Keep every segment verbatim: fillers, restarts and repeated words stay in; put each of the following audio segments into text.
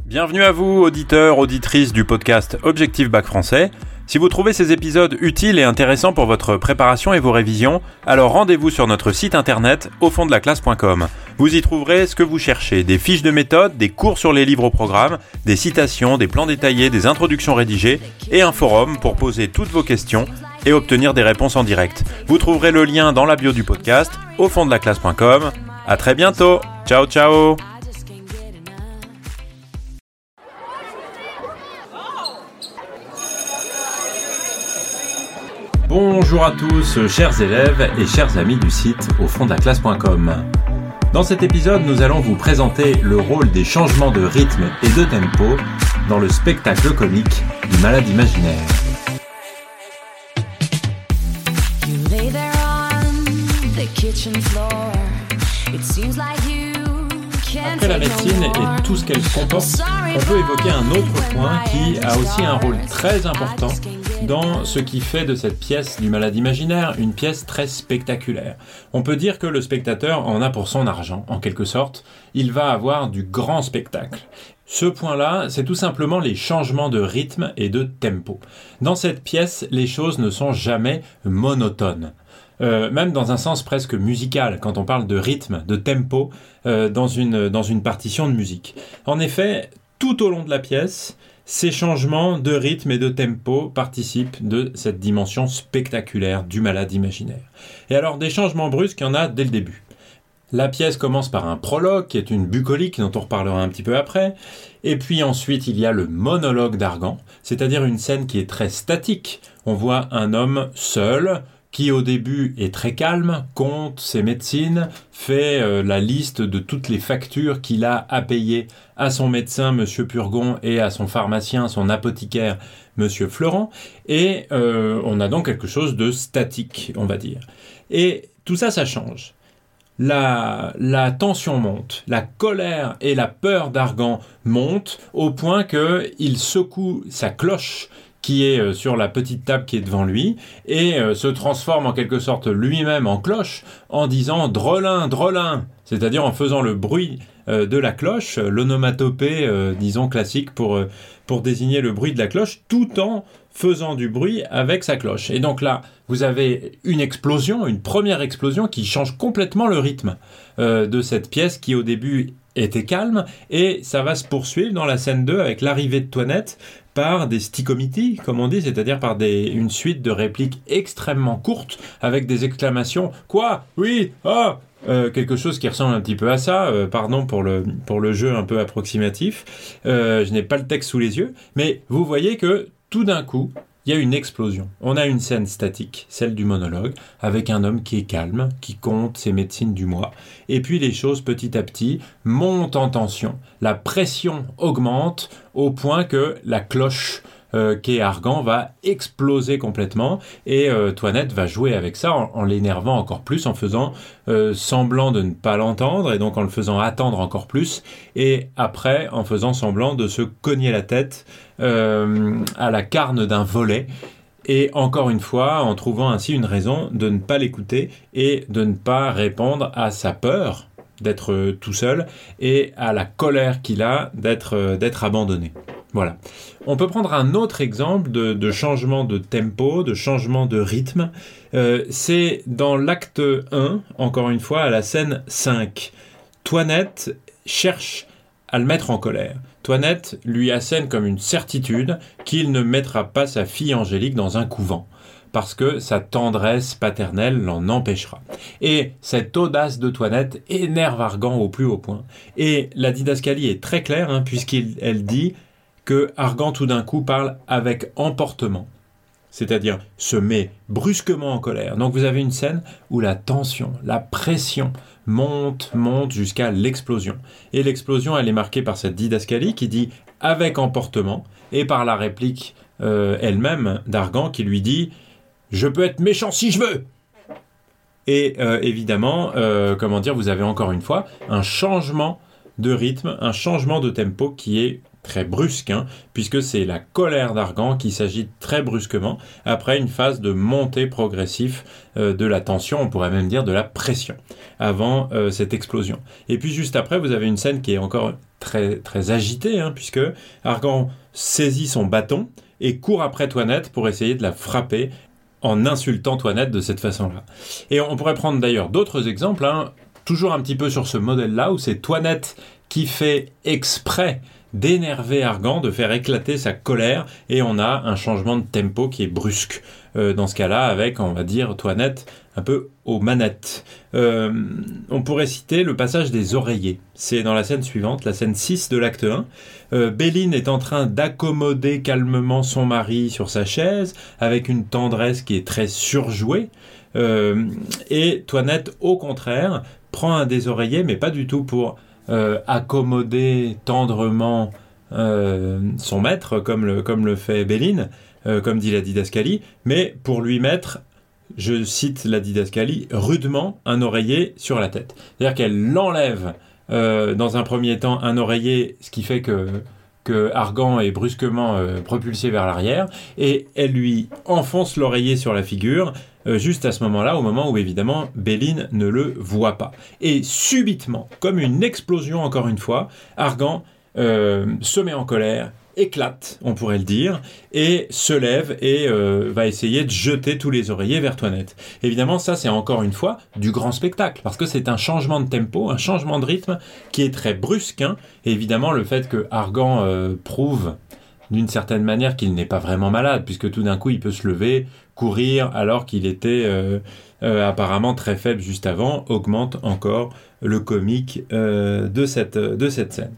Bienvenue à vous, auditeurs, auditrices du podcast Objectif Bac Français. Si vous trouvez ces épisodes utiles et intéressants pour votre préparation et vos révisions, alors rendez-vous sur notre site internet au fond de la classe point com. Vous y trouverez ce que vous cherchez, des fiches de méthode, des cours sur les livres au programme, des citations, des plans détaillés, des introductions rédigées et un forum pour poser toutes vos questions et obtenir des réponses en direct. Vous trouverez le lien dans la bio du podcast au fond de la classe point com. À très bientôt. Ciao ciao. Bonjour à tous, chers élèves et chers amis du site au fond de la classe point com. Dans cet épisode, nous allons vous présenter le rôle des changements de rythme et de tempo dans le spectacle comique du Malade imaginaire. Après la médecine et tout ce qu'elle comporte, on peut évoquer un autre point qui a aussi un rôle très important dans ce qui fait de cette pièce du Malade imaginaire une pièce très spectaculaire. On peut dire que le spectateur en a pour son argent, en quelque sorte. Il va avoir du grand spectacle. Ce point-là, c'est tout simplement les changements de rythme et de tempo. Dans cette pièce, les choses ne sont jamais monotones. Euh, même dans un sens presque musical, quand on parle de rythme, de tempo, euh, dans une, dans une partition de musique. En effet, tout au long de la pièce, ces changements de rythme et de tempo participent de cette dimension spectaculaire du Malade imaginaire. Et alors, des changements brusques, il y en a dès le début. La pièce commence par un prologue, qui est une bucolique, dont on reparlera un petit peu après. Et puis ensuite, il y a le monologue d'Argan, c'est-à-dire une scène qui est très statique. On voit un homme seul, qui au début est très calme, compte ses médecines, fait euh, la liste de toutes les factures qu'il a à payer à son médecin, Monsieur Purgon, et à son pharmacien, son apothicaire, Monsieur Florent, et euh, on a donc quelque chose de statique, on va dire. Et tout ça, ça change. La, la tension monte, la colère et la peur d'Argan montent au point qu'il secoue sa cloche qui est sur la petite table qui est devant lui, et euh, se transforme en quelque sorte lui-même en cloche, en disant « drelin, drelin », c'est-à-dire en faisant le bruit euh, de la cloche, l'onomatopée, euh, disons, classique pour, euh, pour désigner le bruit de la cloche, tout en faisant du bruit avec sa cloche. Et donc là, vous avez une explosion, une première explosion qui change complètement le rythme euh, de cette pièce qui, au début, était calme, et ça va se poursuivre dans la scène deux avec l'arrivée de Toinette par des stichomities, comme on dit, c'est-à-dire par des, une suite de répliques extrêmement courtes avec des exclamations « Quoi ? Oui ? Ah !» Euh, quelque chose qui ressemble un petit peu à ça, euh, pardon pour le, pour le jeu un peu approximatif, euh, je n'ai pas le texte sous les yeux, mais vous voyez que tout d'un coup, il y a une explosion. On a une scène statique, celle du monologue, avec un homme qui est calme, qui compte ses médecines du mois. Et puis les choses, petit à petit, montent en tension. La pression augmente au point que la cloche euh, qu'est Argan va exploser complètement. Et euh, Toinette va jouer avec ça en, en l'énervant encore plus, en faisant euh, semblant de ne pas l'entendre, et donc en le faisant attendre encore plus. Et après, en faisant semblant de se cogner la tête Euh, à la carne d'un volet, et encore une fois en trouvant ainsi une raison de ne pas l'écouter et de ne pas répondre à sa peur d'être tout seul et à la colère qu'il a d'être, d'être abandonné. Voilà. On peut prendre un autre exemple de, de changement de tempo, de changement de rythme. Euh, c'est dans l'acte un, encore une fois, à la scène cinq. Toinette cherche à le mettre en colère. Toinette lui assène comme une certitude qu'il ne mettra pas sa fille Angélique dans un couvent, parce que sa tendresse paternelle l'en empêchera. Et cette audace de Toinette énerve Argan au plus haut point. Et la didascalie est très claire, hein, puisqu'elle dit que Argan tout d'un coup parle avec emportement, c'est-à-dire se met brusquement en colère. Donc vous avez une scène où la tension, la pression monte, monte jusqu'à l'explosion. Et l'explosion, elle est marquée par cette didascalie qui dit « avec emportement » et par la réplique euh, elle-même d'Argan qui lui dit « je peux être méchant si je veux !» Et euh, évidemment, euh, comment dire, vous avez encore une fois un changement de rythme, un changement de tempo qui est très brusque, hein, puisque c'est la colère d'Argan qui s'agite très brusquement après une phase de montée progressive euh, de la tension, on pourrait même dire de la pression, avant euh, cette explosion. Et puis juste après, vous avez une scène qui est encore très, très agité, hein, puisque Argan saisit son bâton et court après Toinette pour essayer de la frapper en insultant Toinette de cette façon-là. Et on pourrait prendre d'ailleurs d'autres exemples, hein, toujours un petit peu sur ce modèle-là, où c'est Toinette qui fait exprès d'énerver Argan, de faire éclater sa colère, et on a un changement de tempo qui est brusque. Euh, dans ce cas-là, avec, on va dire, Toinette un peu aux manettes. Euh, on pourrait citer le passage des oreillers. C'est dans la scène suivante, la scène six de l'acte un. Euh, Béline est en train d'accommoder calmement son mari sur sa chaise, avec une tendresse qui est très surjouée. Euh, et Toinette, au contraire, prend un des oreillers, mais pas du tout pour euh, accommoder tendrement euh, son maître, comme le, comme le fait Béline, euh, comme dit la didascalie, mais pour lui mettre, je cite la didascalie, rudement un oreiller sur la tête. C'est-à-dire qu'elle l'enlève euh, dans un premier temps un oreiller, ce qui fait que, que Argan est brusquement euh, propulsé vers l'arrière, et elle lui enfonce l'oreiller sur la figure, euh, juste à ce moment-là, au moment où évidemment Béline ne le voit pas. Et subitement, comme une explosion encore une fois, Argan euh, se met en colère, éclate, on pourrait le dire, et se lève et euh, va essayer de jeter tous les oreillers vers Toinette. Évidemment, ça, c'est encore une fois du grand spectacle, parce que c'est un changement de tempo, un changement de rythme qui est très brusque. Hein. Et évidemment, le fait que Argan euh, prouve d'une certaine manière qu'il n'est pas vraiment malade, puisque tout d'un coup, il peut se lever, courir, alors qu'il était euh, euh, apparemment très faible juste avant, augmente encore le comique euh, de cette, de cette scène.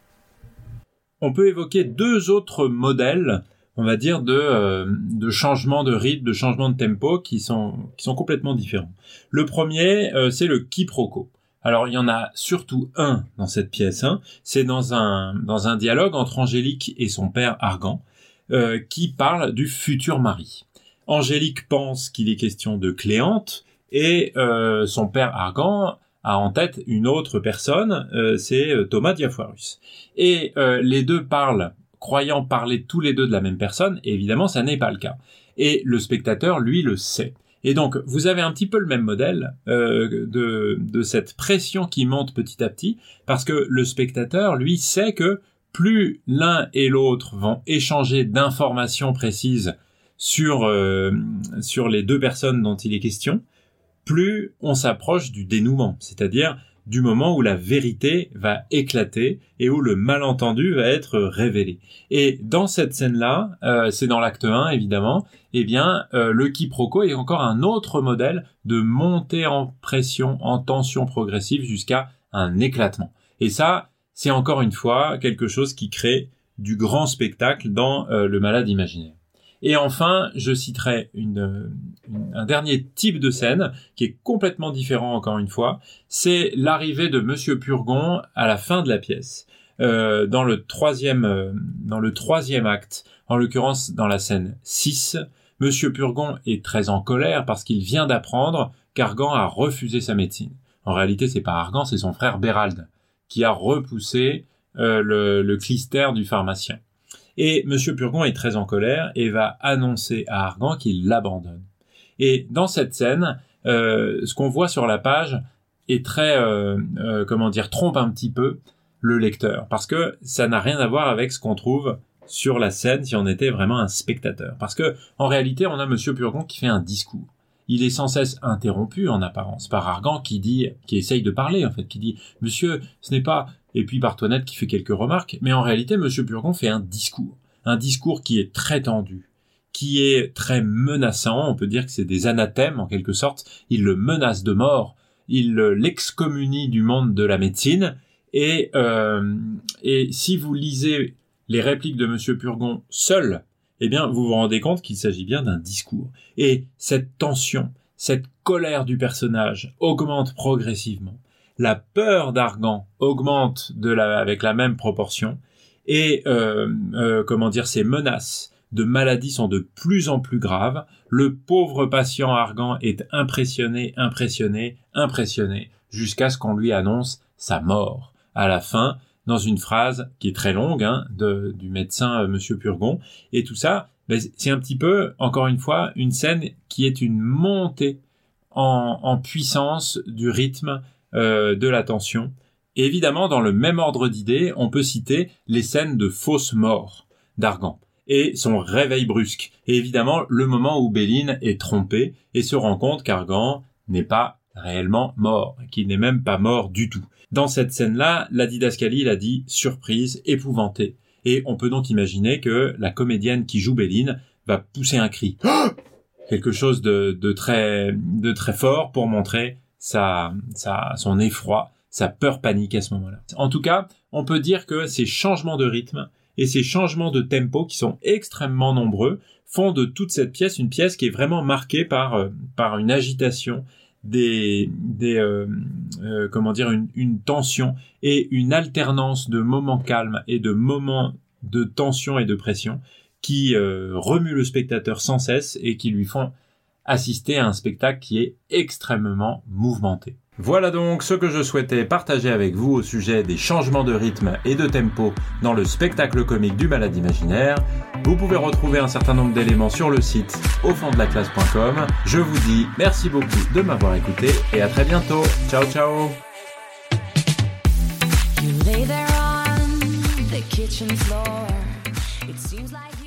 On peut évoquer deux autres modèles, on va dire, de, euh, de changement de rythme, de changement de tempo qui sont, qui sont complètement différents. Le premier, euh, c'est le quiproquo. Alors, il y en a surtout un dans cette pièce, hein. C'est dans un, dans un dialogue entre Angélique et son père Argan, euh, qui parle du futur mari. Angélique pense qu'il est question de Cléante, et euh, son père Argan a en tête une autre personne, euh, c'est Thomas Diafoirus. Et euh, les deux parlent, croyant parler tous les deux de la même personne, et évidemment, ça n'est pas le cas. Et le spectateur, lui, le sait. Et donc, vous avez un petit peu le même modèle euh, de, de cette pression qui monte petit à petit, parce que le spectateur, lui, sait que plus l'un et l'autre vont échanger d'informations précises sur, euh, sur les deux personnes dont il est question, plus on s'approche du dénouement, c'est-à-dire du moment où la vérité va éclater et où le malentendu va être révélé. Et dans cette scène-là, euh, c'est dans l'acte un évidemment, eh bien euh, le quiproquo est encore un autre modèle de montée en pression, en tension progressive jusqu'à un éclatement. Et ça, c'est encore une fois quelque chose qui crée du grand spectacle dans euh, le malade imaginaire. Et enfin, je citerai une, une, un dernier type de scène qui est complètement différent encore une fois. C'est l'arrivée de Monsieur Purgon à la fin de la pièce, euh, dans le troisième, euh, dans le troisième acte, en l'occurrence dans la scène six. Monsieur Purgon est très en colère parce qu'il vient d'apprendre qu'Argan a refusé sa médecine. En réalité, c'est pas Argan, c'est son frère Bérald qui a repoussé euh, le, le clistère du pharmacien. Et Monsieur Purgon est très en colère et va annoncer à Argan qu'il l'abandonne. Et dans cette scène, euh, ce qu'on voit sur la page est très, euh, euh, comment dire, trompe un petit peu le lecteur, parce que ça n'a rien à voir avec ce qu'on trouve sur la scène si on était vraiment un spectateur. Parce que en réalité, on a Monsieur Purgon qui fait un discours. Il est sans cesse interrompu en apparence par Argan qui dit, qui essaye de parler en fait, qui dit « Monsieur, ce n'est pas... » Et puis par Toinette qui fait quelques remarques, mais en réalité, Monsieur Purgon fait un discours. Un discours qui est très tendu, qui est très menaçant, on peut dire que c'est des anathèmes en quelque sorte, il le menace de mort, il l'excommunie du monde de la médecine, et, euh, et si vous lisez les répliques de Monsieur Purgon seul, eh bien vous vous rendez compte qu'il s'agit bien d'un discours. Et cette tension, cette colère du personnage augmente progressivement. La peur d'Argan augmente de la, avec la même proportion, et euh, euh, comment dire, ces menaces de maladie sont de plus en plus graves. Le pauvre patient Argan est impressionné, impressionné, impressionné, jusqu'à ce qu'on lui annonce sa mort. À la fin, dans une phrase qui est très longue, hein, de, du médecin euh, Monsieur Purgon, et tout ça, ben, c'est un petit peu, encore une fois, une scène qui est une montée en, en puissance du rythme, euh, de la tension, Et évidemment, dans le même ordre d'idées, on peut citer les scènes de fausse mort d'Argan et son réveil brusque. Et évidemment, le moment où Béline est trompée et se rend compte qu'Argan n'est pas réellement mort, qu'il n'est même pas mort du tout. Dans cette scène-là, la didascalie l'a dit surprise, épouvantée. Et on peut donc imaginer que la comédienne qui joue Béline va pousser un cri. Quelque chose de, de très, de très fort pour montrer sa, sa, son effroi, sa peur panique à ce moment-là. En tout cas, on peut dire que ces changements de rythme et ces changements de tempo qui sont extrêmement nombreux font de toute cette pièce une pièce qui est vraiment marquée par, euh, par une agitation, des, des euh, euh, comment dire, une, une tension et une alternance de moments calmes et de moments de tension et de pression qui euh, remuent le spectateur sans cesse et qui lui font assister à un spectacle qui est extrêmement mouvementé. Voilà donc ce que je souhaitais partager avec vous au sujet des changements de rythme et de tempo dans le spectacle comique du Malade Imaginaire. Vous pouvez retrouver un certain nombre d'éléments sur le site au fond de la classe point com. Je vous dis merci beaucoup de m'avoir écouté et à très bientôt. Ciao ciao. You lay there on the kitchen floor. It seems like